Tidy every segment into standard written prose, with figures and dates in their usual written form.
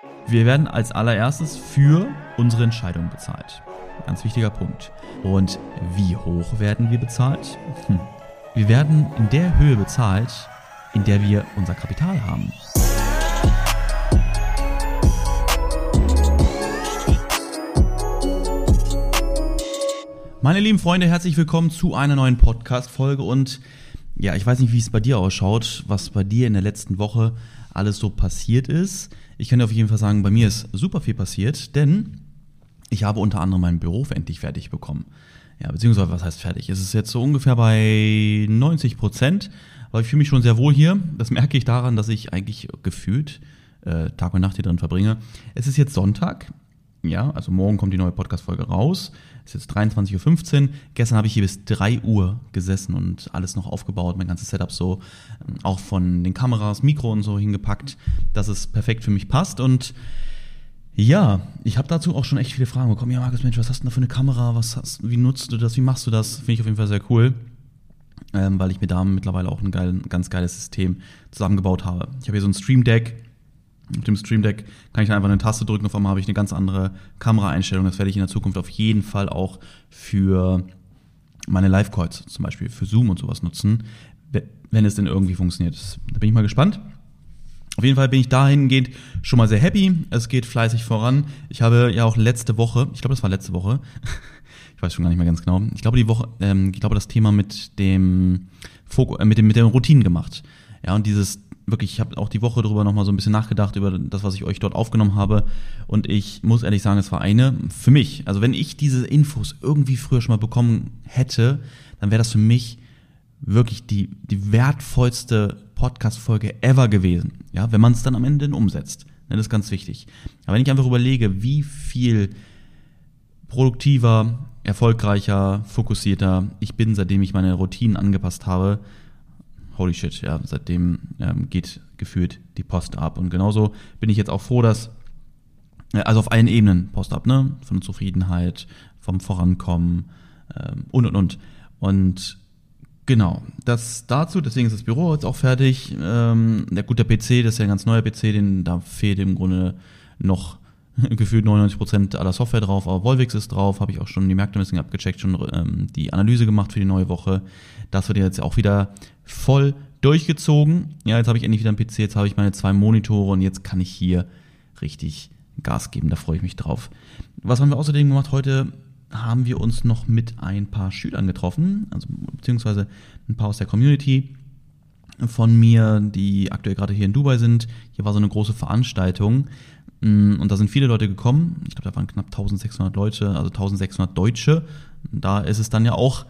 Wir werden als allererstes für unsere Entscheidung bezahlt. Ganz wichtiger Punkt. Und wie hoch werden wir bezahlt? Wir werden in der Höhe bezahlt, in der wir unser Kapital haben. Meine lieben Freunde, herzlich willkommen zu einer neuen Podcast-Folge und ja, ich weiß nicht, wie es bei dir ausschaut, was bei dir in der letzten Woche alles so passiert ist. Ich kann dir auf jeden Fall sagen, bei mir ist super viel passiert, denn ich habe unter anderem mein Büro endlich fertig bekommen. Ja, beziehungsweise, was heißt fertig? Es ist jetzt so ungefähr bei 90%, aber ich fühle mich schon sehr wohl hier. Das merke ich daran, dass ich eigentlich gefühlt Tag und Nacht hier drin verbringe. Es ist jetzt Sonntag. Ja, also morgen kommt die neue Podcast-Folge raus. Es ist jetzt 23.15 Uhr. Gestern habe ich hier bis 3 Uhr gesessen und alles noch aufgebaut, mein ganzes Setup so, auch von den Kameras, Mikro und so hingepackt, dass es perfekt für mich passt. Und ja, ich habe dazu auch schon echt viele Fragen bekommen. Ja, Markus, Mensch, was hast du denn da für eine Kamera? Wie nutzt du das? Wie machst du das? Finde ich auf jeden Fall sehr cool, weil ich mir da mittlerweile auch ein ganz geiles System zusammengebaut habe. Ich habe hier so ein Stream Deck. Mit dem Stream Deck kann ich dann einfach eine Taste drücken, auf einmal habe ich eine ganz andere Kameraeinstellung. Das werde ich in der Zukunft auf jeden Fall auch für meine Live-Calls, zum Beispiel für Zoom und sowas nutzen, wenn es denn irgendwie funktioniert. Da bin ich mal gespannt. Auf jeden Fall bin ich dahingehend schon mal sehr happy. Es geht fleißig voran. Ich habe ja auch letzte Woche, ich glaube, das war letzte Woche, ich weiß schon gar nicht mehr ganz genau, ich glaube, das Thema mit dem mit den Routinen gemacht. Ja, und ich habe auch die Woche darüber nochmal so ein bisschen nachgedacht, über das, was ich euch dort aufgenommen habe. Und ich muss ehrlich sagen, es war für mich, also wenn ich diese Infos irgendwie früher schon mal bekommen hätte, dann wäre das für mich wirklich die wertvollste Podcast-Folge ever gewesen. Ja, wenn man es dann am Ende umsetzt. Das ist ganz wichtig. Aber wenn ich einfach überlege, wie viel produktiver, erfolgreicher, fokussierter ich bin, seitdem ich meine Routinen angepasst habe, holy shit, ja, seitdem geht gefühlt die Post ab. Und genauso bin ich jetzt auch froh, dass, also auf allen Ebenen Post ab, ne? Von der Zufriedenheit, vom Vorankommen und. Und genau, das dazu, deswegen ist das Büro jetzt auch fertig. Der PC, das ist ja ein ganz neuer PC, da fehlt im Grunde noch gefühlt 99% aller Software drauf, aber Volvix ist drauf, habe ich auch schon die Märkte ein bisschen abgecheckt, schon die Analyse gemacht für die neue Woche. Das wird jetzt auch wieder voll durchgezogen. Ja, jetzt habe ich endlich wieder einen PC, jetzt habe ich meine 2 Monitore und jetzt kann ich hier richtig Gas geben, da freue ich mich drauf. Was haben wir außerdem gemacht? Heute haben wir uns noch mit ein paar Schülern getroffen, also beziehungsweise ein paar aus der Community von mir, die aktuell gerade hier in Dubai sind. Hier war so eine große Veranstaltung. Und da sind viele Leute gekommen. Ich glaube, da waren knapp 1600 Leute, also 1600 Deutsche. Da ist es dann ja auch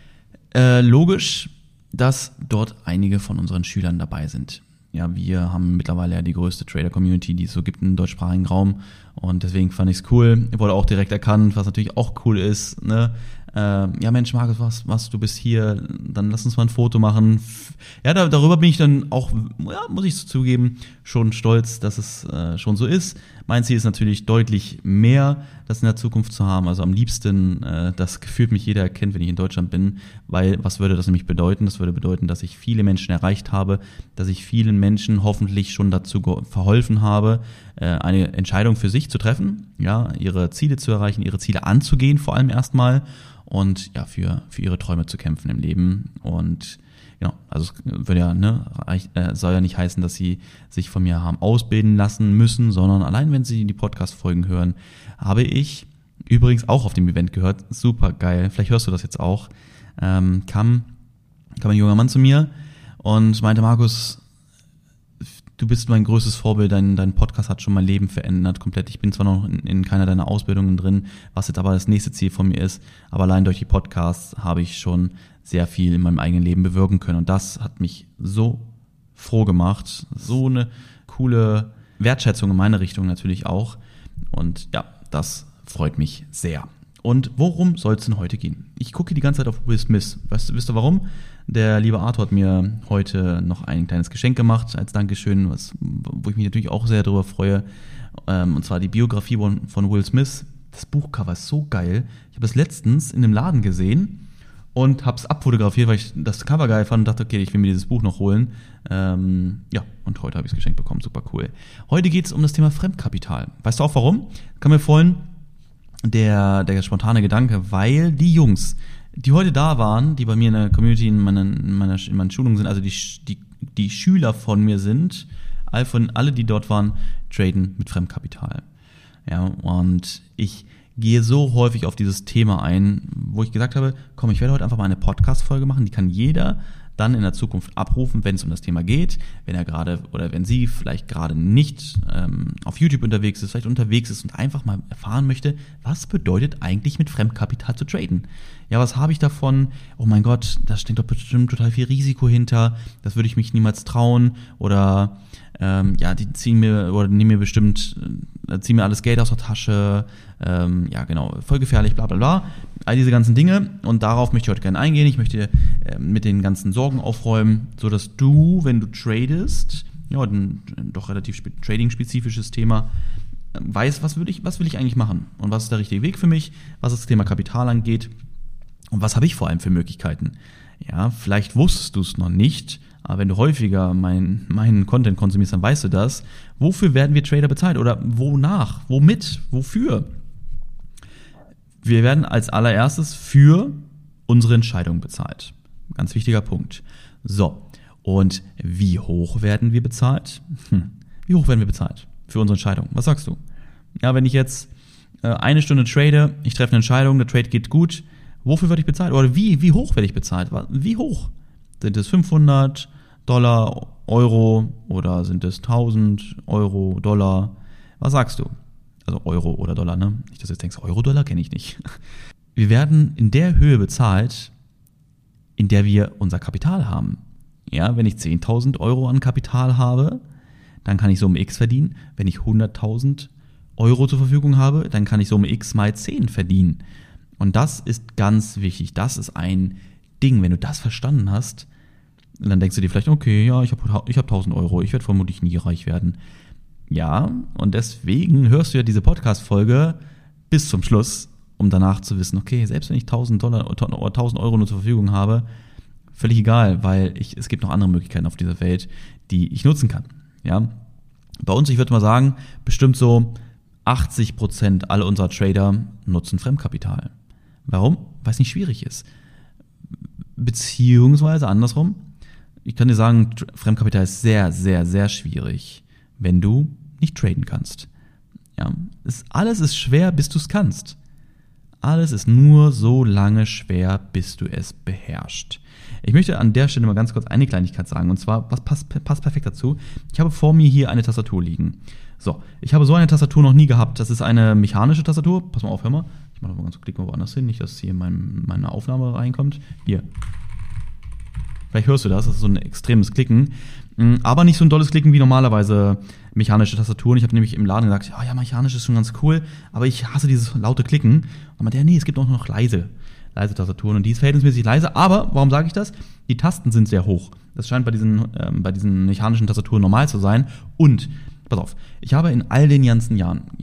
logisch, dass dort einige von unseren Schülern dabei sind. Ja, wir haben mittlerweile ja die größte Trader-Community, die es so gibt im deutschsprachigen Raum. Und deswegen fand ich es cool. Ich wurde auch direkt erkannt, was natürlich auch cool ist, ne? Ja Mensch, Markus, was, du bist hier, dann lass uns mal ein Foto machen. Ja, darüber bin ich dann auch, ja, muss ich zugeben, schon stolz, dass es schon so ist. Mein Ziel ist natürlich deutlich mehr, das in der Zukunft zu haben. Also am liebsten, das gefühlt mich jeder erkennt, wenn ich in Deutschland bin, weil was würde das nämlich bedeuten? Das würde bedeuten, dass ich viele Menschen erreicht habe, dass ich vielen Menschen hoffentlich schon dazu verholfen habe, eine Entscheidung für sich zu treffen, ja, ihre Ziele zu erreichen, ihre Ziele anzugehen, vor allem erstmal. Und ja, für ihre Träume zu kämpfen im Leben. Und genau, also es würde ja, soll ja nicht heißen, dass sie sich von mir haben ausbilden lassen müssen, sondern allein wenn sie die Podcast-Folgen hören, habe ich übrigens auch auf dem Event gehört, super geil, vielleicht hörst du das jetzt auch, kam ein junger Mann zu mir und meinte, Markus, du bist mein größtes Vorbild, dein Podcast hat schon mein Leben verändert komplett. Ich bin zwar noch in keiner deiner Ausbildungen drin, was jetzt aber das nächste Ziel von mir ist, aber allein durch die Podcasts habe ich schon sehr viel in meinem eigenen Leben bewirken können. Und das hat mich so froh gemacht, so eine coole Wertschätzung in meine Richtung natürlich auch. Und ja, das freut mich sehr. Und worum soll es denn heute gehen? Ich gucke die ganze Zeit auf Will Smith. Wisst ihr warum? Der liebe Arthur hat mir heute noch ein kleines Geschenk gemacht als Dankeschön, wo ich mich natürlich auch sehr darüber freue. Und zwar die Biografie von Will Smith. Das Buchcover ist so geil. Ich habe es letztens in einem Laden gesehen und habe es abfotografiert, weil ich das Cover geil fand und dachte, okay, ich will mir dieses Buch noch holen. Und heute habe ich es geschenkt bekommen, super cool. Heute geht es um das Thema Fremdkapital. Weißt du auch warum? Kam mir vorhin der spontane Gedanke, weil die Jungs, die heute da waren, die bei mir in der Community, in meinen Schulungen sind, also die Schüler von mir sind, alle, die dort waren, traden mit Fremdkapital. Ja, und ich gehe so häufig auf dieses Thema ein, wo ich gesagt habe, komm, ich werde heute einfach mal eine Podcast-Folge machen, die kann jeder dann in der Zukunft abrufen, wenn es um das Thema geht, wenn er gerade oder wenn sie vielleicht gerade nicht auf YouTube unterwegs ist, vielleicht unterwegs ist und einfach mal erfahren möchte, was bedeutet eigentlich mit Fremdkapital zu traden? Ja, was habe ich davon? Oh mein Gott, da steckt doch bestimmt total viel Risiko hinter, das würde ich mich niemals trauen oder die nehmen mir alles Geld aus der Tasche, voll gefährlich, bla bla bla. All diese ganzen Dinge und darauf möchte ich heute gerne eingehen. Ich möchte mit den ganzen Sorgen aufräumen, sodass du, wenn du tradest, ein doch relativ trading-spezifisches Thema, weißt, was will ich eigentlich machen und was ist der richtige Weg für mich, was das Thema Kapital angeht und was habe ich vor allem für Möglichkeiten. Ja, vielleicht wusstest du es noch nicht, aber wenn du häufiger meinen Content konsumierst, dann weißt du das. Wofür werden wir Trader bezahlt? Oder wonach? Womit? Wofür? Wir werden als allererstes für unsere Entscheidung bezahlt. Ganz wichtiger Punkt. So, und wie hoch werden wir bezahlt? Wie hoch werden wir bezahlt für unsere Entscheidung? Was sagst du? Ja, wenn ich jetzt eine Stunde trade, ich treffe eine Entscheidung, der Trade geht gut, wofür werde ich bezahlt? Oder wie hoch werde ich bezahlt? Wie hoch? Sind es $500, Euro oder sind es 1000 Euro, Dollar? Was sagst du? Also Euro oder Dollar, ne? Nicht, dass du jetzt denkst, Euro, Dollar kenne ich nicht. Wir werden in der Höhe bezahlt, in der wir unser Kapital haben. Ja, wenn ich 10.000 Euro an Kapital habe, dann kann ich Summe X verdienen. Wenn ich 100.000 Euro zur Verfügung habe, dann kann ich Summe X mal 10 verdienen. Und das ist ganz wichtig. Das ist ein Ding, wenn du das verstanden hast, dann denkst du dir vielleicht, okay, ja, ich hab 1.000 Euro, ich werde vermutlich nie reich werden. Ja, und deswegen hörst du ja diese Podcast-Folge bis zum Schluss, um danach zu wissen, okay, selbst wenn ich 1.000 Euro nur zur Verfügung habe, völlig egal, weil es gibt noch andere Möglichkeiten auf dieser Welt, die ich nutzen kann. Ja, bei uns, ich würde mal sagen, bestimmt so 80% aller unserer Trader nutzen Fremdkapital. Warum? Weil es nicht schwierig ist. Beziehungsweise andersrum, ich kann dir sagen, Fremdkapital ist sehr, sehr, sehr schwierig, wenn du nicht traden kannst. Ja, alles ist schwer, bis du es kannst. Alles ist nur so lange schwer, bis du es beherrschst. Ich möchte an der Stelle mal ganz kurz eine Kleinigkeit sagen, und zwar, was passt perfekt dazu. Ich habe vor mir hier eine Tastatur liegen. So, ich habe so eine Tastatur noch nie gehabt. Das ist eine mechanische Tastatur. Pass mal auf, hör mal. Ich mache mal ganz klicken wir woanders hin, nicht, dass es hier in meine Aufnahme reinkommt. Hier. Vielleicht hörst du das ist so ein extremes Klicken. Aber nicht so ein dolles Klicken wie normalerweise mechanische Tastaturen. Ich habe nämlich im Laden gesagt, ja, mechanisch ist schon ganz cool, aber ich hasse dieses laute Klicken. Und man nee, es gibt auch noch leise Tastaturen und die ist verhältnismäßig leise. Aber, warum sage ich das? Die Tasten sind sehr hoch. Das scheint bei diesen mechanischen Tastaturen normal zu sein. Und, pass auf, ich habe in all den ganzen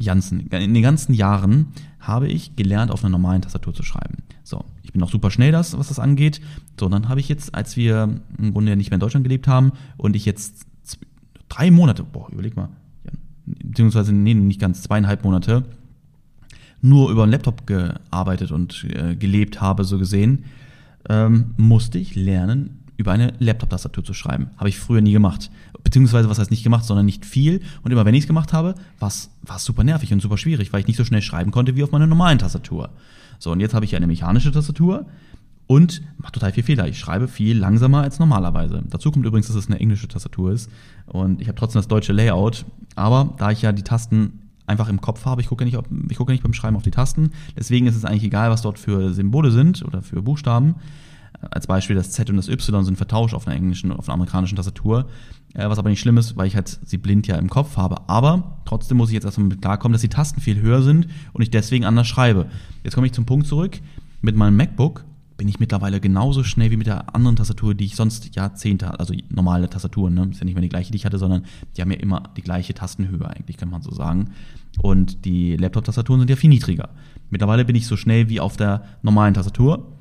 Jahren habe ich gelernt, auf einer normalen Tastatur zu schreiben. So, ich bin auch super schnell, was das angeht. So, dann habe ich jetzt, als wir im Grunde nicht mehr in Deutschland gelebt haben und ich jetzt 3 Monate, überleg mal, beziehungsweise nicht ganz, 2,5 Monate, nur über einen Laptop gearbeitet und gelebt habe, so gesehen, musste ich lernen, über eine Laptop-Tastatur zu schreiben. Habe ich früher nie gemacht. Beziehungsweise, was heißt nicht gemacht, sondern nicht viel. Und immer wenn ich es gemacht habe, war es super nervig und super schwierig, weil ich nicht so schnell schreiben konnte wie auf meiner normalen Tastatur. So, und jetzt habe ich eine mechanische Tastatur und mache total viel Fehler. Ich schreibe viel langsamer als normalerweise. Dazu kommt übrigens, dass es eine englische Tastatur ist. Und ich habe trotzdem das deutsche Layout. Aber da ich ja die Tasten einfach im Kopf habe, ich gucke nicht beim Schreiben auf die Tasten. Deswegen ist es eigentlich egal, was dort für Symbole sind oder für Buchstaben. Als Beispiel das Z und das Y sind vertauscht auf einer amerikanischen Tastatur, was aber nicht schlimm ist, weil ich halt sie blind ja im Kopf habe. Aber trotzdem muss ich jetzt erstmal mit klarkommen, dass die Tasten viel höher sind und ich deswegen anders schreibe. Jetzt komme ich zum Punkt zurück. Mit meinem MacBook bin ich mittlerweile genauso schnell wie mit der anderen Tastatur, die ich sonst Jahrzehnte, also normale Tastaturen, ne? Ist ja nicht mehr die gleiche, die ich hatte, sondern die haben ja immer die gleiche Tastenhöhe eigentlich, kann man so sagen. Und die Laptop-Tastaturen sind ja viel niedriger. Mittlerweile bin ich so schnell wie auf der normalen Tastatur.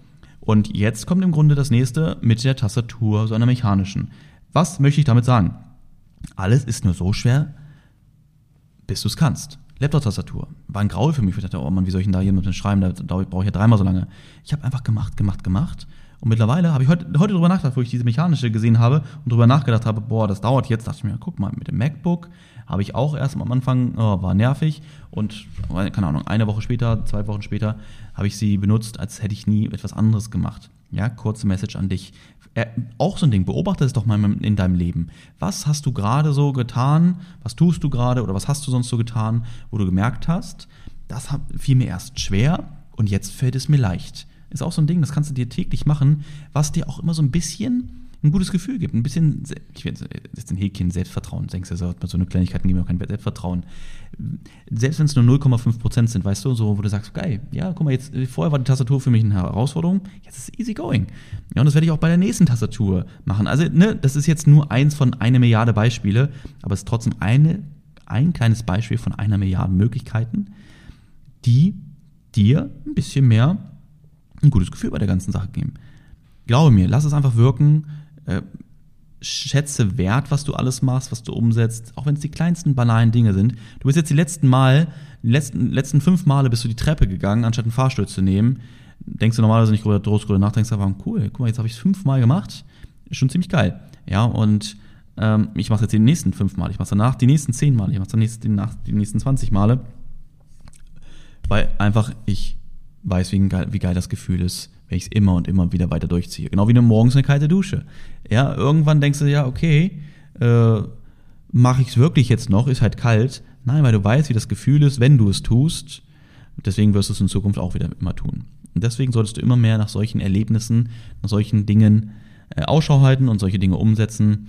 Und jetzt kommt im Grunde das nächste mit der Tastatur, so einer mechanischen. Was möchte ich damit sagen? Alles ist nur so schwer, bis du es kannst. Laptop-Tastatur war ein Graul für mich. Ich dachte, oh Mann, wie soll ich denn da jemanden schreiben? Da brauche ich ja 3-mal so lange. Ich habe einfach gemacht. Und mittlerweile habe ich heute drüber nachgedacht, wo ich diese mechanische gesehen habe und drüber nachgedacht habe, boah, das dauert jetzt. Dachte ich mir, guck mal, mit dem MacBook habe ich auch erst am Anfang, war nervig. Und, keine Ahnung, 1 Woche später, 2 Wochen später habe ich sie benutzt, als hätte ich nie etwas anderes gemacht. Ja, kurze Message an dich. Auch so ein Ding, beobachte es doch mal in deinem Leben. Was hast du gerade so getan, was tust du gerade oder was hast du sonst so getan, wo du gemerkt hast, das fiel mir erst schwer und jetzt fällt es mir leicht. Ist auch so ein Ding, das kannst du dir täglich machen, was dir auch immer so ein bisschen ein gutes Gefühl gibt. Ein bisschen, ich will jetzt ein Häkchen Selbstvertrauen, denkst du, so eine Kleinigkeiten geben mir auch kein Selbstvertrauen. Selbst wenn es nur 0,5% sind, weißt du, so, wo du sagst, geil, ja, guck mal, jetzt, vorher war die Tastatur für mich eine Herausforderung, jetzt ist es easy going. Ja, und das werde ich auch bei der nächsten Tastatur machen. Also, das ist jetzt nur eins von 1 Milliarde Beispiele, aber es ist trotzdem ein kleines Beispiel von 1 Milliarde Möglichkeiten, die dir ein bisschen mehr ein gutes Gefühl bei der ganzen Sache geben. Glaube mir, lass es einfach wirken, schätze wert, was du alles machst, was du umsetzt, auch wenn es die kleinsten banalen Dinge sind. Du bist jetzt die letzten 5 Male bist du die Treppe gegangen, anstatt einen Fahrstuhl zu nehmen. Denkst du normalerweise nicht drüber nach, denkst aber cool, guck mal, jetzt habe ich es 5 Mal gemacht, ist schon ziemlich geil. Ja, und ich mache jetzt die nächsten 5 Mal, ich mache danach die nächsten 10 Mal, ich mache danach die nächsten 20 Male, weil einfach ich weiß, wie geil das Gefühl ist, wenn ich es immer und immer wieder weiter durchziehe. Genau wie morgens eine kalte Dusche. Ja, irgendwann denkst du, ja, okay, mache ich es wirklich jetzt noch, ist halt kalt. Nein, weil du weißt, wie das Gefühl ist, wenn du es tust. Deswegen wirst du es in Zukunft auch wieder immer tun. Und deswegen solltest du immer mehr nach solchen Erlebnissen, nach solchen Dingen Ausschau halten und solche Dinge umsetzen,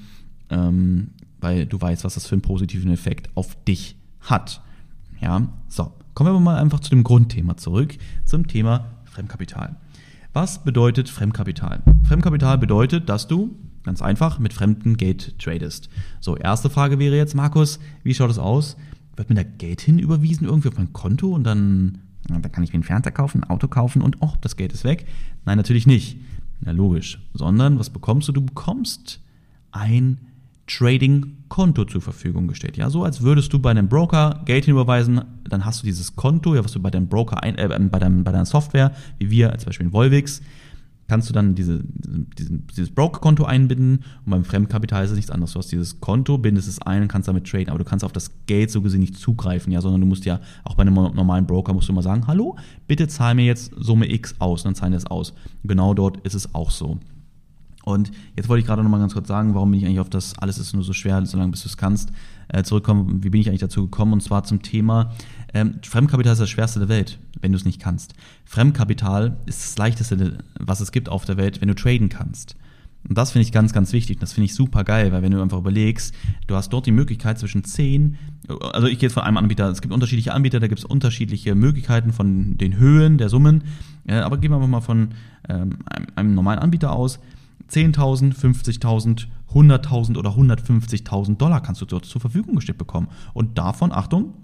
weil du weißt, was das für einen positiven Effekt auf dich hat. Ja, so. Kommen wir mal einfach zu dem Grundthema zurück, zum Thema Fremdkapital. Was bedeutet Fremdkapital? Fremdkapital bedeutet, dass du ganz einfach mit fremdem Geld tradest. So, erste Frage wäre jetzt, Markus, wie schaut es aus? Wird mir da Geld hinüberwiesen irgendwie auf mein Konto und dann kann ich mir einen Fernseher kaufen, ein Auto kaufen und das Geld ist weg? Nein, natürlich nicht. Na logisch. Sondern, was bekommst du? Du bekommst ein Trading-Konto zur Verfügung gestellt. Ja, so als würdest du bei einem Broker Geld hinüberweisen, dann hast du dieses Konto, ja, was du bei deinem Broker bei deiner Software, wie wir, als Beispiel in Volvix, kannst du dann dieses Broker-Konto einbinden und beim Fremdkapital ist es nichts anderes. Du hast dieses Konto, bindest es ein und kannst damit traden, aber du kannst auf das Geld so gesehen nicht zugreifen, ja, sondern du musst ja auch bei einem normalen Broker musst du immer sagen, hallo, bitte zahl mir jetzt Summe X aus, und dann zahlen die es aus. Und genau dort ist es auch so. Und jetzt wollte ich gerade noch mal ganz kurz sagen, warum bin ich eigentlich auf das alles ist nur so schwer, solange bis du es kannst, zurückkommen. Wie bin ich eigentlich dazu gekommen? Und zwar zum Thema Fremdkapital ist das Schwerste der Welt, wenn du es nicht kannst. Fremdkapital ist das Leichteste, was es gibt auf der Welt, wenn du traden kannst. Und das finde ich ganz, ganz wichtig. Und das finde ich super geil, weil wenn du einfach überlegst, du hast dort die Möglichkeit zwischen 10, also ich gehe jetzt von einem Anbieter, es gibt unterschiedliche Anbieter, da gibt es unterschiedliche Möglichkeiten von den Höhen der Summen, aber gehen wir einfach mal von einem normalen Anbieter aus. 10.000, 50.000, 100.000 oder 150.000 Dollar kannst du dort zur Verfügung gestellt bekommen. Und davon, Achtung,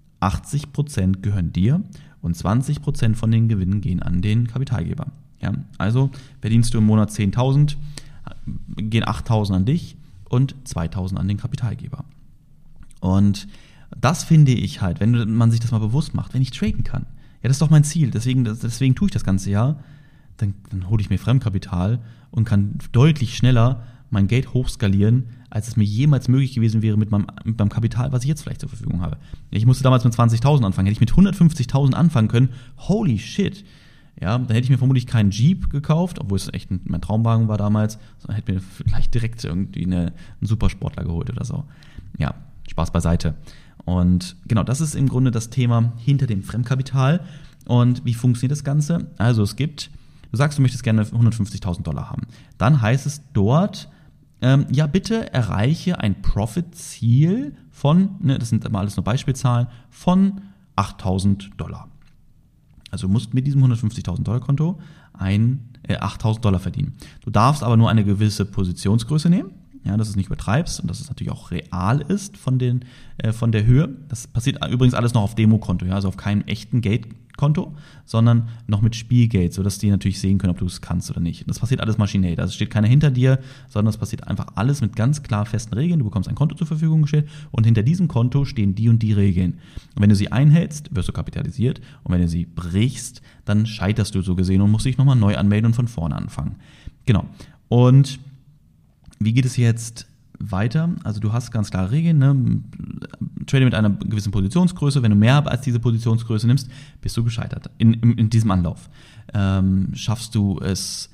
80% gehören dir und 20% von den Gewinnen gehen an den Kapitalgeber. Ja, also verdienst du im Monat 10.000, gehen 8.000 an dich und 2.000 an den Kapitalgeber. Und das finde ich halt, wenn man sich das mal bewusst macht, wenn ich traden kann. Ja, das ist doch mein Ziel, deswegen tue ich das ganze Jahr. Dann hole ich mir Fremdkapital und kann deutlich schneller mein Geld hochskalieren, als es mir jemals möglich gewesen wäre mit meinem Kapital, was ich jetzt vielleicht zur Verfügung habe. Ich musste damals mit 20.000 anfangen. Hätte ich mit 150.000 anfangen können, holy shit. Ja, dann hätte ich mir vermutlich keinen Jeep gekauft, obwohl es echt mein Traumwagen war damals, sondern hätte mir vielleicht direkt irgendwie einen Supersportler geholt oder so. Ja, Spaß beiseite. Und genau, das ist im Grunde das Thema hinter dem Fremdkapital. Und wie funktioniert das Ganze? Also du sagst, du möchtest gerne 150.000 Dollar haben. Dann heißt es dort, ja bitte erreiche ein Profit-Ziel von, das sind immer alles nur Beispielzahlen, von 8.000 Dollar. Also du musst mit diesem 150.000 Dollar Konto 8.000 Dollar verdienen. Du darfst aber nur eine gewisse Positionsgröße nehmen. ja, dass du es nicht übertreibst und dass es natürlich auch real ist von der Höhe. Das passiert übrigens alles noch auf Demokonto, ja, also auf keinem echten Gate-Konto, sondern noch mit Spielgeld, sodass die natürlich sehen können, ob du es kannst oder nicht. Das passiert alles maschinell, da steht keiner hinter dir, sondern das passiert einfach alles mit ganz klar festen Regeln. Du bekommst ein Konto zur Verfügung gestellt und hinter diesem Konto stehen die und die Regeln. Und wenn du sie einhältst, wirst du kapitalisiert und wenn du sie brichst, dann scheiterst du so gesehen und musst dich nochmal neu anmelden und von vorne anfangen. Genau. Und wie geht es jetzt weiter? Also du hast ganz klare Regeln, ne? Trade mit einer gewissen Positionsgröße. Wenn du mehr als diese Positionsgröße nimmst, bist du gescheitert in diesem Anlauf. Schaffst du es,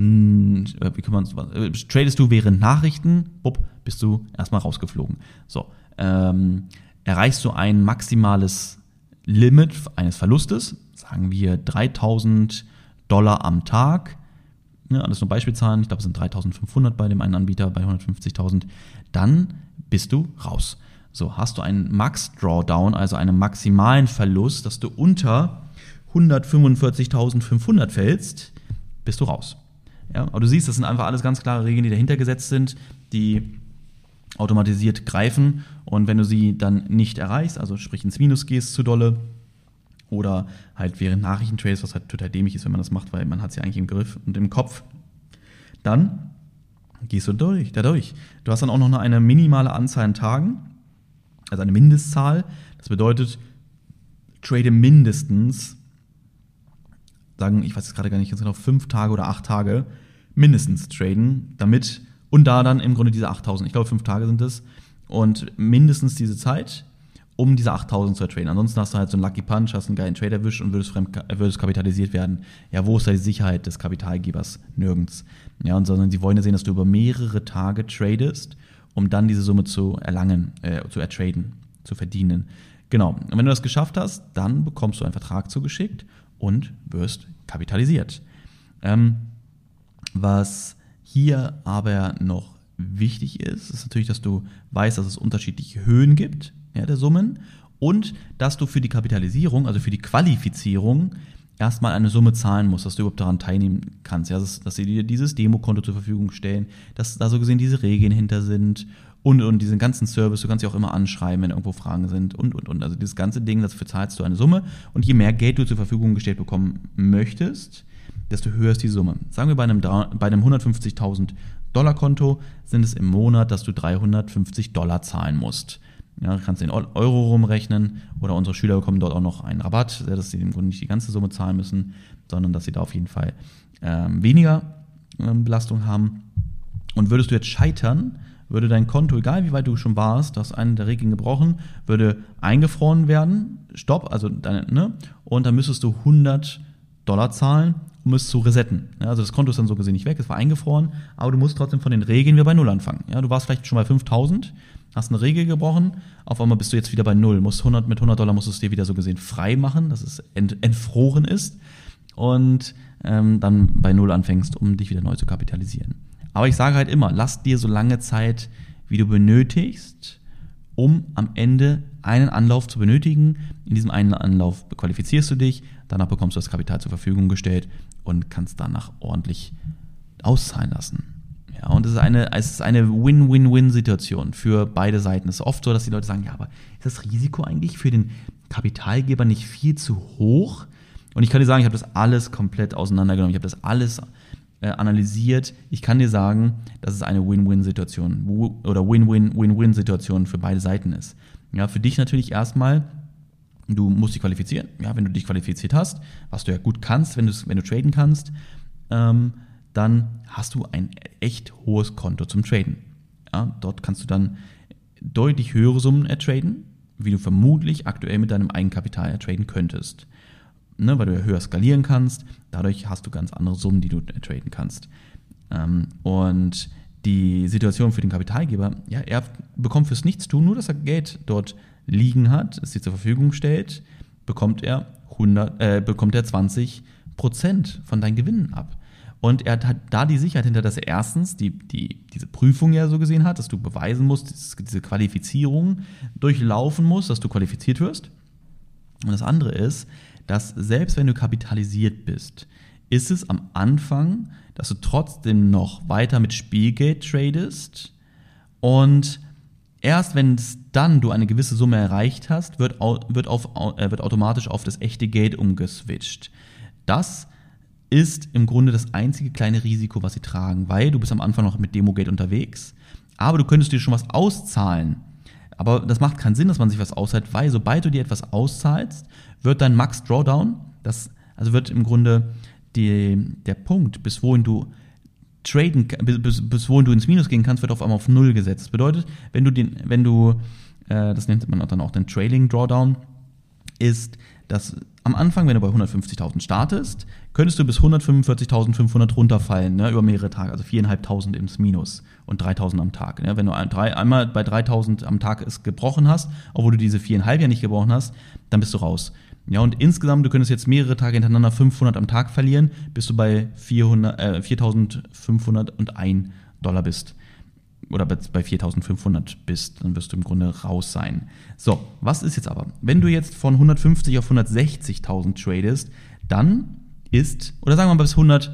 tradest du während Nachrichten, bist du erstmal rausgeflogen. So, erreichst du ein maximales Limit eines Verlustes, sagen wir $3.000 am Tag, ja, alles nur Beispielzahlen, ich glaube es sind 3.500 bei dem einen Anbieter, bei 150.000, dann bist du raus. So, hast du einen Max-Drawdown, also einen maximalen Verlust, dass du unter 145.500 fällst, bist du raus. Ja, aber du siehst, das sind einfach alles ganz klare Regeln, die dahinter gesetzt sind, die automatisiert greifen und wenn du sie dann nicht erreichst, also sprich ins Minus gehst zu dolle, oder halt während Nachrichtentrades, was halt total dämlich ist, wenn man das macht, weil man hat es ja eigentlich im Griff und im Kopf. Dann gehst du dadurch. Du hast dann auch noch eine minimale Anzahl an Tagen, also eine Mindestzahl. Das bedeutet, trade mindestens, ich weiß jetzt gerade gar nicht ganz genau, 5 Tage oder 8 Tage mindestens traden, damit, und da dann im Grunde diese 8.000, ich glaube 5 Tage sind es, und mindestens diese Zeit, um diese 8.000 zu traden. Ansonsten hast du halt so einen Lucky Punch, hast einen geilen Trade erwischt und würdest kapitalisiert werden. Ja, wo ist da die Sicherheit des Kapitalgebers? Nirgends. Ja, und sondern sie wollen ja sehen, dass du über mehrere Tage tradest, um dann diese Summe zu erlangen, zu ertraden, zu verdienen. Genau. Und wenn du das geschafft hast, dann bekommst du einen Vertrag zugeschickt und wirst kapitalisiert. Was hier aber noch wichtig ist natürlich, dass du weißt, dass es unterschiedliche Höhen gibt, ja, der Summen, und dass du für die Kapitalisierung, also für die Qualifizierung, erstmal eine Summe zahlen musst, dass du überhaupt daran teilnehmen kannst. Ja, dass sie dir dieses Demokonto zur Verfügung stellen, dass da so gesehen diese Regeln hinter sind und diesen ganzen Service, du kannst sie auch immer anschreiben, wenn irgendwo Fragen sind und. Also dieses ganze Ding, dafür zahlst du eine Summe und je mehr Geld du zur Verfügung gestellt bekommen möchtest, desto höher ist die Summe. Sagen wir bei einem 150.000 $ Konto sind es im Monat, dass du $350 zahlen musst. Ja, du kannst in Euro rumrechnen oder unsere Schüler bekommen dort auch noch einen Rabatt, dass sie im Grunde nicht die ganze Summe zahlen müssen, sondern dass sie da auf jeden Fall weniger Belastung haben. Und würdest du jetzt scheitern, würde dein Konto, egal wie weit du schon warst, du hast eine der Regeln gebrochen, würde eingefroren werden, und dann müsstest du $100 zahlen, um es zu resetten. Ja, also das Konto ist dann so gesehen nicht weg, es war eingefroren, aber du musst trotzdem von den Regeln wieder bei Null anfangen. Ja, du warst vielleicht schon bei 5.000, hast eine Regel gebrochen, auf einmal bist du jetzt wieder bei Null. Mit $100 musst du es dir wieder so gesehen frei machen, dass es entfroren ist und dann bei Null anfängst, um dich wieder neu zu kapitalisieren. Aber ich sage halt immer, lass dir so lange Zeit, wie du benötigst, um am Ende einen Anlauf zu benötigen. In diesem einen Anlauf qualifizierst du dich, danach bekommst du das Kapital zur Verfügung gestellt und kannst danach ordentlich auszahlen lassen. Ja, und es ist eine Win-Win-Win-Situation für beide Seiten. Es ist oft so, dass die Leute sagen, ja, aber ist das Risiko eigentlich für den Kapitalgeber nicht viel zu hoch? Und ich kann dir sagen, ich habe das alles komplett auseinandergenommen. Ich habe das alles analysiert. Ich kann dir sagen, dass es eine Win-Win-Situation oder Win-Win-Win-Win-Situation für beide Seiten ist. Ja, für dich natürlich erstmal, du musst dich qualifizieren. Ja, wenn du dich qualifiziert hast, was du ja gut kannst, wenn du traden kannst, dann hast du ein echt hohes Konto zum Traden. Ja, dort kannst du dann deutlich höhere Summen ertraden, wie du vermutlich aktuell mit deinem Eigenkapital ertraden könntest. Ne, weil du ja höher skalieren kannst, dadurch hast du ganz andere Summen, die du ertraden kannst. Und die Situation für den Kapitalgeber, ja, er bekommt fürs Nichtstun, nur dass er Geld dort liegen hat, es dir zur Verfügung stellt, bekommt er 20% von deinen Gewinnen ab. Und er hat da die Sicherheit hinter, dass er erstens diese Prüfung ja so gesehen hat, dass du beweisen musst, diese Qualifizierung durchlaufen musst, dass du qualifiziert wirst. Und das andere ist, dass selbst wenn du kapitalisiert bist, ist es am Anfang, dass du trotzdem noch weiter mit Spielgeld tradest Und erst wenn dann du eine gewisse Summe erreicht hast, wird automatisch auf das echte Geld umgeswitcht. Das ist im Grunde das einzige kleine Risiko, was sie tragen, weil du bist am Anfang noch mit Demo-Geld unterwegs, aber du könntest dir schon was auszahlen. Aber das macht keinen Sinn, dass man sich was auszahlt, weil sobald du dir etwas auszahlst, wird dein Max Drawdown, also wird im Grunde der Punkt, bis wohin du bis wohin du ins Minus gehen kannst, wird auf einmal auf 0 gesetzt. Das bedeutet, wenn du das nennt man dann auch den Trailing Drawdown, ist, dass am Anfang, wenn du bei 150.000 startest, könntest du bis 145.500 runterfallen, ne, über mehrere Tage, also 4.500 ins Minus und 3.000 am Tag. Ne? Wenn du einmal bei 3.000 am Tag es gebrochen hast, obwohl du diese 4,5 ja nicht gebrochen hast, dann bist du raus. Ja, und insgesamt, du könntest jetzt mehrere Tage hintereinander 500 am Tag verlieren, bis du bei 4.501 Dollar bist. Oder bei 4.500 bist, dann wirst du im Grunde raus sein. So, was ist jetzt aber? Wenn du jetzt von 150 auf 160.000 tradest, dann oder sagen wir mal bis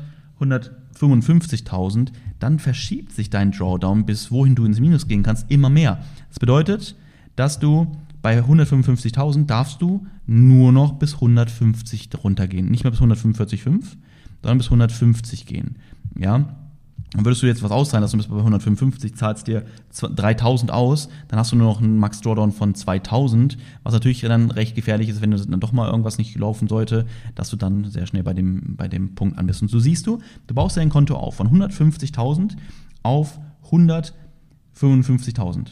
155.000, dann verschiebt sich dein Drawdown, bis wohin du ins Minus gehen kannst, immer mehr. Das bedeutet, dass du bei 155.000 darfst du nur noch bis 150 runtergehen. Nicht mehr bis 145,5, sondern bis 150 gehen. Ja? Dann würdest du jetzt was auszahlen, dass du bist bei 155, zahlst dir 3.000 aus, dann hast du nur noch einen Max Drawdown von 2.000, was natürlich dann recht gefährlich ist, wenn dann doch mal irgendwas nicht laufen sollte, dass du dann sehr schnell bei dem Punkt an bist. Und so siehst du baust dein Konto auf von 150.000 auf 155.000,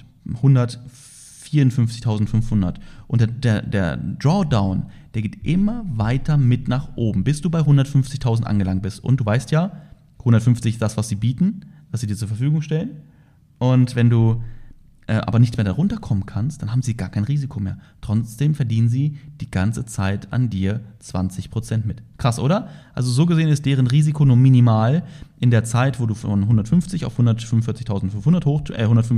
154.500. Und der Drawdown, der geht immer weiter mit nach oben, bis du bei 150.000 angelangt bist. Und du weißt ja, 150 ist das, was sie bieten, was sie dir zur Verfügung stellen. Und wenn du aber nicht mehr darunter kommen kannst, dann haben sie gar kein Risiko mehr. Trotzdem verdienen sie die ganze Zeit an dir 20% mit. Krass, oder? Also so gesehen ist deren Risiko nur minimal in der Zeit, wo du von 150 auf 155.500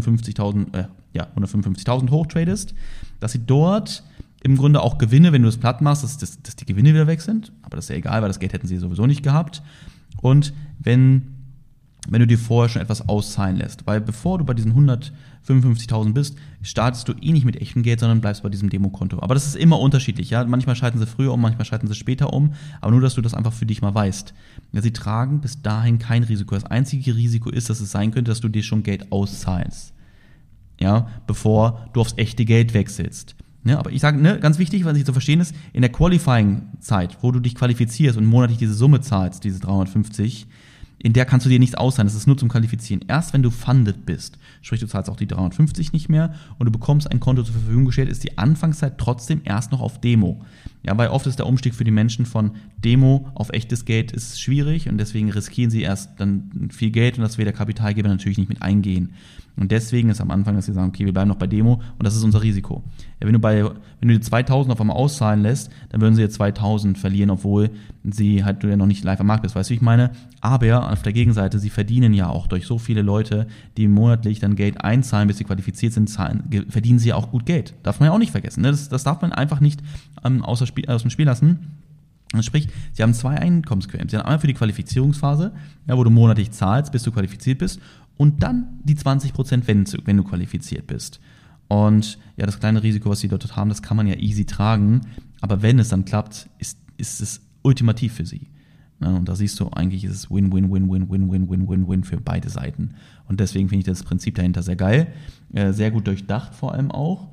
155.000 hochtradest, dass sie dort im Grunde auch Gewinne, wenn du es platt machst, dass die Gewinne wieder weg sind. Aber das ist ja egal, weil das Geld hätten sie sowieso nicht gehabt. Und wenn du dir vorher schon etwas auszahlen lässt. Weil bevor du bei diesen 155.000 bist, startest du nicht mit echtem Geld, sondern bleibst bei diesem Demokonto. Aber das ist immer unterschiedlich. Ja? Manchmal schalten sie früher um, manchmal schalten sie später um. Aber nur, dass du das einfach für dich mal weißt. Ja, sie tragen bis dahin kein Risiko. Das einzige Risiko ist, dass es sein könnte, dass du dir schon Geld auszahlst. Ja? Bevor du aufs echte Geld wechselst. Ja, aber ich sage, ganz wichtig, was ich zu verstehen ist, in der Qualifying-Zeit, wo du dich qualifizierst und monatlich diese Summe zahlst, diese 350, in der kannst du dir nichts auszahlen, das ist nur zum Qualifizieren. Erst wenn du funded bist, sprich du zahlst auch die 350 nicht mehr und du bekommst ein Konto zur Verfügung gestellt, ist die Anfangszeit trotzdem erst noch auf Demo. Ja, weil oft ist der Umstieg für die Menschen von Demo auf echtes Geld ist schwierig und deswegen riskieren sie erst dann viel Geld und das will der Kapitalgeber natürlich nicht mit eingehen. Und deswegen ist am Anfang, dass sie sagen, okay, wir bleiben noch bei Demo und das ist unser Risiko. Ja, wenn du dir 2.000 auf einmal auszahlen lässt, dann würden sie jetzt 2.000 verlieren, obwohl du ja noch nicht live am Markt bist. Weißt du, wie ich meine? Aber auf der Gegenseite, sie verdienen ja auch durch so viele Leute, die monatlich dann Geld einzahlen, bis sie qualifiziert sind, verdienen sie ja auch gut Geld. Darf man ja auch nicht vergessen. Ne? Das darf man einfach nicht aus dem Spiel lassen. Sprich, sie haben zwei Einkommensquellen. Sie haben einmal für die Qualifizierungsphase, ja, wo du monatlich zahlst, bis du qualifiziert bist, und dann die 20%, wenn du qualifiziert bist. Und ja, das kleine Risiko, was sie dort haben, das kann man ja easy tragen. Aber wenn es dann klappt, ist es ultimativ für sie. Ja, und da siehst du, eigentlich ist es Win-Win-Win-Win-Win-Win-Win-Win für beide Seiten. Und deswegen finde ich das Prinzip dahinter sehr geil. Sehr gut durchdacht vor allem auch.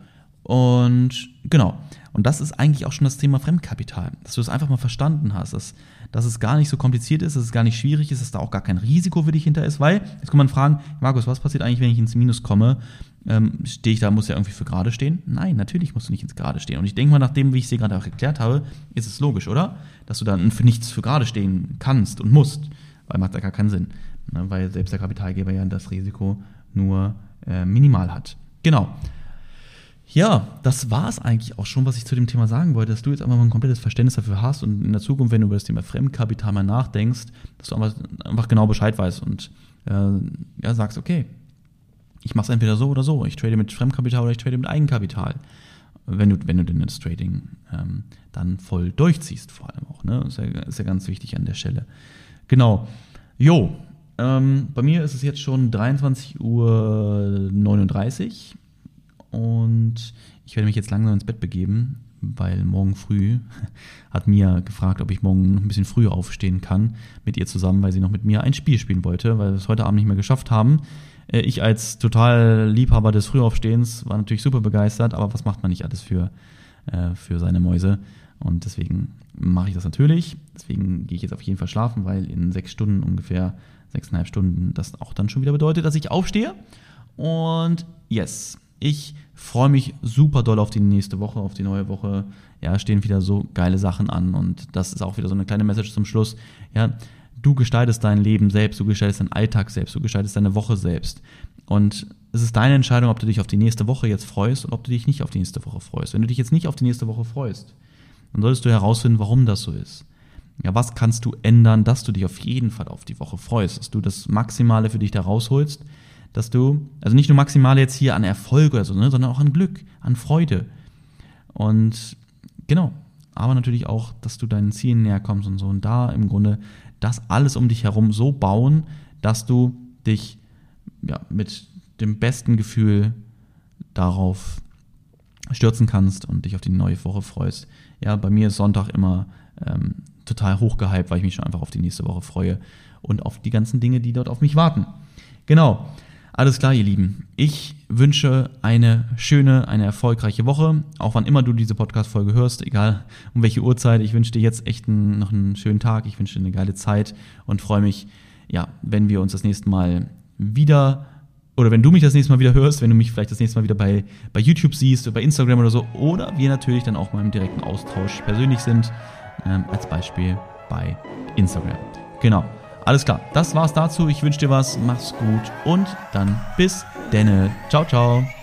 Und genau. Und das ist eigentlich auch schon das Thema Fremdkapital. Dass du es einfach mal verstanden hast, dass es gar nicht so kompliziert ist, dass es gar nicht schwierig ist, dass da auch gar kein Risiko für dich hinter ist. Weil, jetzt kann man fragen, Markus, was passiert eigentlich, wenn ich ins Minus komme? Stehe ich da, muss ja irgendwie für gerade stehen? Nein, natürlich musst du nicht ins Gerade stehen. Und ich denke mal, nach dem, wie ich es dir gerade auch erklärt habe, ist es logisch, oder? Dass du dann für nichts für gerade stehen kannst und musst. Weil macht ja gar keinen Sinn. Ne? Weil selbst der Kapitalgeber ja das Risiko nur minimal hat. Genau. Ja, das war es eigentlich auch schon, was ich zu dem Thema sagen wollte, dass du jetzt einfach mal ein komplettes Verständnis dafür hast und in der Zukunft, wenn du über das Thema Fremdkapital mal nachdenkst, dass du einfach genau Bescheid weißt und sagst, okay, ich mache es entweder so oder so, ich trade mit Fremdkapital oder ich trade mit Eigenkapital, wenn du denn das Trading dann voll durchziehst vor allem auch, ne? Ist ja ganz wichtig an der Stelle. Genau. Bei mir ist es jetzt schon 23:39 Uhr und ich werde mich jetzt langsam ins Bett begeben, weil morgen früh hat Mia gefragt, ob ich morgen noch ein bisschen früher aufstehen kann mit ihr zusammen, weil sie noch mit mir ein Spiel spielen wollte, weil wir es heute Abend nicht mehr geschafft haben. Ich als total Liebhaber des Frühaufstehens war natürlich super begeistert, aber was macht man nicht alles für seine Mäuse? Und deswegen mache ich das natürlich. Deswegen gehe ich jetzt auf jeden Fall schlafen, weil in 6 Stunden ungefähr, 6,5 Stunden, das auch dann schon wieder bedeutet, dass ich aufstehe. Und yes, ich freue mich super doll auf die nächste Woche, auf die neue Woche. Ja, stehen wieder so geile Sachen an und das ist auch wieder so eine kleine Message zum Schluss. Ja, du gestaltest dein Leben selbst, du gestaltest deinen Alltag selbst, du gestaltest deine Woche selbst. Und es ist deine Entscheidung, ob du dich auf die nächste Woche jetzt freust oder ob du dich nicht auf die nächste Woche freust. Wenn du dich jetzt nicht auf die nächste Woche freust, dann solltest du herausfinden, warum das so ist. Ja, was kannst du ändern, dass du dich auf jeden Fall auf die Woche freust, dass du das Maximale für dich da rausholst, dass du, also nicht nur Maximale jetzt hier an Erfolg oder so, ne, sondern auch an Glück, an Freude. Und genau, aber natürlich auch, dass du deinen Zielen näher kommst und so. Und da im Grunde das alles um dich herum so bauen, dass du dich mit dem besten Gefühl darauf stürzen kannst und dich auf die neue Woche freust. Ja, bei mir ist Sonntag immer total hochgehypt, weil ich mich schon einfach auf die nächste Woche freue und auf die ganzen Dinge, die dort auf mich warten. Genau, alles klar, ihr Lieben. Ich wünsche eine schöne, eine erfolgreiche Woche, auch wann immer du diese Podcast-Folge hörst, egal um welche Uhrzeit. Ich wünsche dir jetzt echt noch einen schönen Tag, ich wünsche dir eine geile Zeit und freue mich, ja, wenn wir uns das nächste Mal wieder, oder wenn du mich das nächste Mal wieder hörst, wenn du mich vielleicht das nächste Mal wieder bei YouTube siehst oder bei Instagram oder so, oder wir natürlich dann auch mal im direkten Austausch persönlich sind, als Beispiel bei Instagram. Genau, alles klar, das war's dazu. Ich wünsche dir was, mach's gut und dann bis denne. Ciao, ciao.